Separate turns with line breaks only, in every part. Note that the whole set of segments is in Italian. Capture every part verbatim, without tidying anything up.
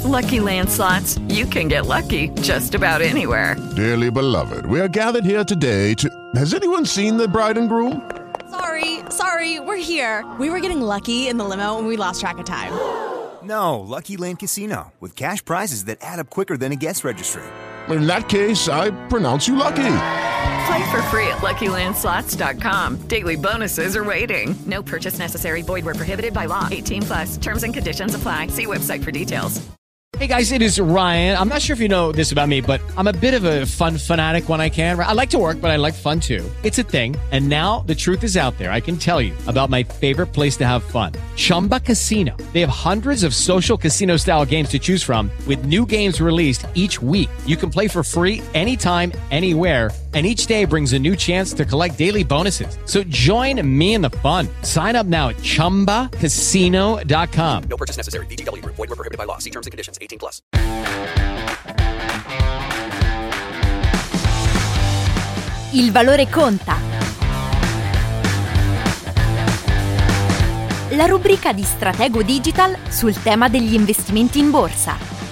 Lucky Land Slots, you can get lucky just about anywhere.
Dearly beloved, we are gathered here today to... Has anyone seen the bride and groom?
Sorry, sorry, we're here. We were getting lucky in the limo and we lost track of time.
No, Lucky Land Casino, with cash prizes that add up quicker than a guest registry.
In that case, I pronounce you lucky.
Play for free at Lucky Land Slots dot com. Daily bonuses are waiting. No purchase necessary. Void where prohibited by law. eighteen plus. Terms and conditions apply. See website for details.
Hey guys, it is Ryan. I'm not sure if you know this about me, but I'm a bit of a fun fanatic when I can. I like to work, but I like fun too. It's a thing. And now the truth is out there. I can tell you about my favorite place to have fun. Chumba Casino. They have hundreds of social casino style games to choose from with new games released each week. You can play for free anytime, anywhere. And each day brings a new chance to collect daily bonuses. So join me in the fun. Sign up now at chumba casino dot com.
No purchase necessary. V G W. Void where prohibited by law. See terms and conditions. eighteen plus.
Il valore conta. La rubrica di Stratego Digital sul tema degli investimenti in borsa.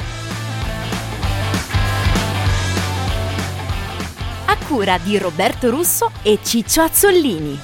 A cura di Roberto Russo e Ciccio Azzolini.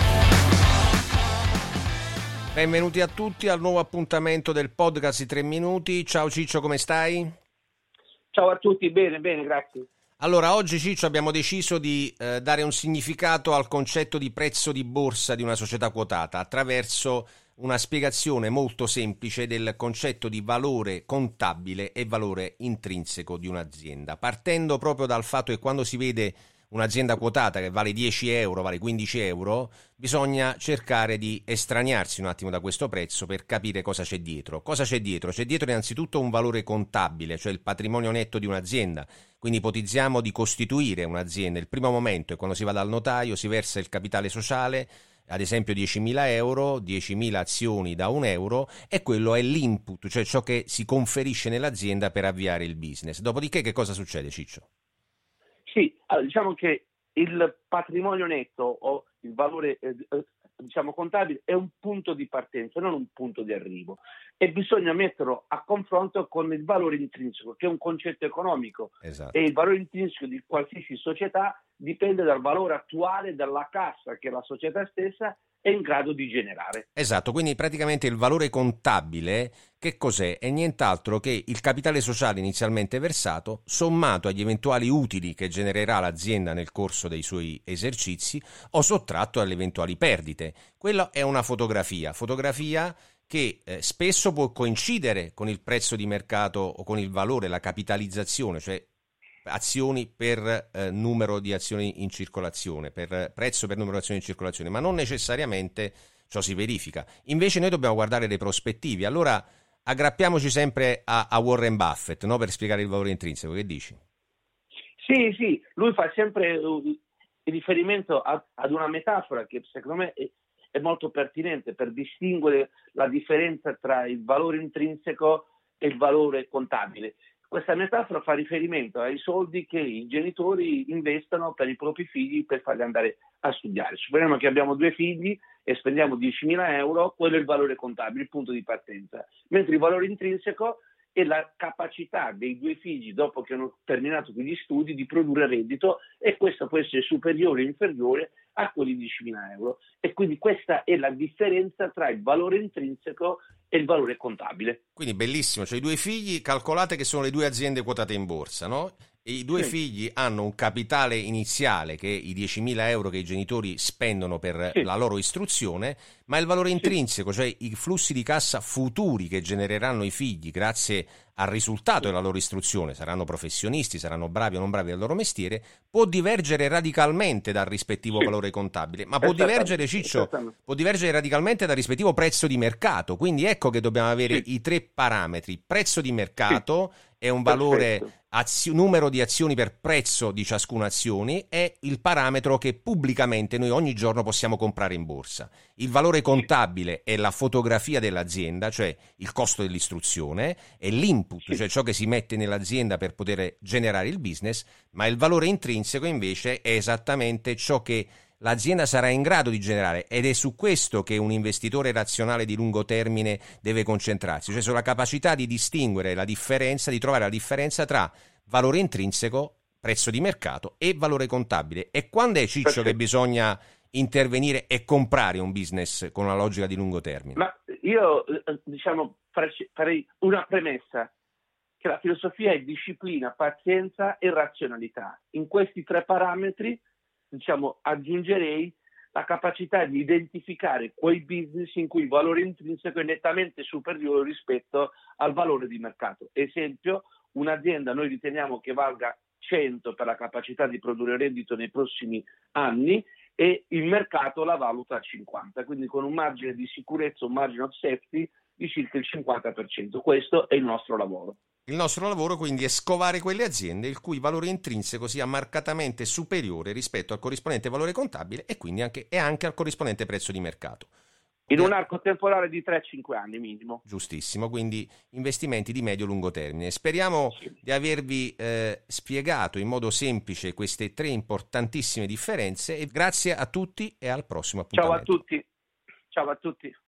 Benvenuti a tutti al nuovo appuntamento del podcast di tre minuti. Ciao Ciccio, come stai?
Ciao a tutti, bene, bene, grazie.
Allora, oggi Ciccio abbiamo deciso di eh, dare un significato al concetto di prezzo di borsa di una società quotata attraverso una spiegazione molto semplice del concetto di valore contabile e valore intrinseco di un'azienda, partendo proprio dal fatto che quando si vede un'azienda quotata che vale dieci euro, vale quindici euro, bisogna cercare di estraniarsi un attimo da questo prezzo per capire cosa c'è dietro. Cosa c'è dietro? C'è dietro innanzitutto un valore contabile, cioè il patrimonio netto di un'azienda. Quindi ipotizziamo di costituire un'azienda. Il primo momento è quando si va dal notaio, si versa il capitale sociale, ad esempio diecimila euro, diecimila azioni da un euro, e quello è l'input, cioè ciò che si conferisce nell'azienda per avviare il business. Dopodiché che cosa succede, Ciccio?
Sì, allora, diciamo che il patrimonio netto o il valore eh, diciamo contabile è un punto di partenza, non un punto di arrivo, e bisogna metterlo a confronto con il valore intrinseco, che è un concetto economico. Esatto. E il valore intrinseco di qualsiasi società dipende dal valore attuale della cassa che la società stessa è in grado di generare.
Esatto, quindi praticamente il valore contabile che cos'è? È nient'altro che il capitale sociale inizialmente versato sommato agli eventuali utili che genererà l'azienda nel corso dei suoi esercizi o sottratto alle eventuali perdite. Quella è una fotografia, fotografia che eh, spesso può coincidere con il prezzo di mercato o con il valore, la capitalizzazione, cioè azioni per eh, numero di azioni in circolazione, per prezzo per numero di azioni in circolazione, ma non necessariamente ciò si verifica. Invece noi dobbiamo guardare le prospettive. Allora aggrappiamoci sempre a, a Warren Buffett, no? Per spiegare il valore intrinseco. Che dici?
Sì, sì, lui fa sempre uh, riferimento a, ad una metafora che secondo me è, è molto pertinente per distinguere la differenza tra il valore intrinseco e il valore contabile. Questa metafora fa riferimento ai soldi che i genitori investono per i propri figli per farli andare a studiare. Supponiamo che abbiamo due figli e spendiamo diecimila euro, quello è il valore contabile, il punto di partenza. Mentre il valore intrinseco è la capacità dei due figli, dopo che hanno terminato quegli studi, di produrre reddito, e questo può essere superiore o inferiore a quelli diecimila euro. E quindi questa è la differenza tra il valore intrinseco e il valore contabile.
Quindi bellissimo, cioè i due figli, calcolate che sono le due aziende quotate in borsa, no? E i due sì. figli hanno un capitale iniziale che è i diecimila euro che i genitori spendono per sì. la loro istruzione, ma il valore intrinseco, cioè i flussi di cassa futuri che genereranno i figli grazie al risultato sì. della loro istruzione, saranno professionisti, saranno bravi o non bravi al loro mestiere, può divergere radicalmente dal rispettivo sì. valore contabile, ma può divergere, Ciccio, può divergere radicalmente dal rispettivo prezzo di mercato. Quindi ecco che dobbiamo avere sì. i tre parametri: prezzo di mercato sì. è un valore azio, numero di azioni per prezzo di ciascuna azione, è il parametro che pubblicamente noi ogni giorno possiamo comprare in borsa. Il valore contabile è la fotografia dell'azienda, cioè il costo dell'istruzione, è l'input, cioè ciò che si mette nell'azienda per poter generare il business, ma il valore intrinseco invece è esattamente ciò che l'azienda sarà in grado di generare, ed è su questo che un investitore razionale di lungo termine deve concentrarsi, cioè sulla capacità di distinguere la differenza, di trovare la differenza tra valore intrinseco, prezzo di mercato e valore contabile. E quando è, Ciccio,
Perfetto.
che bisogna intervenire e comprare un business con una logica di lungo termine?
Ma io, diciamo, farei una premessa, che la filosofia è disciplina, pazienza e razionalità. In questi tre parametri, diciamo, aggiungerei la capacità di identificare quei business in cui il valore intrinseco è nettamente superiore rispetto al valore di mercato. Esempio, un'azienda noi riteniamo che valga cento per la capacità di produrre reddito nei prossimi anni e il mercato la valuta a cinquanta, quindi con un margine di sicurezza, un margine of safety di circa il cinquanta per cento. Questo è il nostro lavoro.
Il nostro lavoro quindi è scovare quelle aziende il cui valore intrinseco sia marcatamente superiore rispetto al corrispondente valore contabile e quindi anche, e anche al corrispondente prezzo di mercato.
In un arco temporale di tre cinque anni minimo.
Giustissimo, quindi investimenti di medio-lungo termine. Speriamo
Sì.
di avervi eh, spiegato in modo semplice queste tre importantissime differenze e grazie a tutti e al prossimo
Ciao
appuntamento.
a tutti. Ciao a tutti.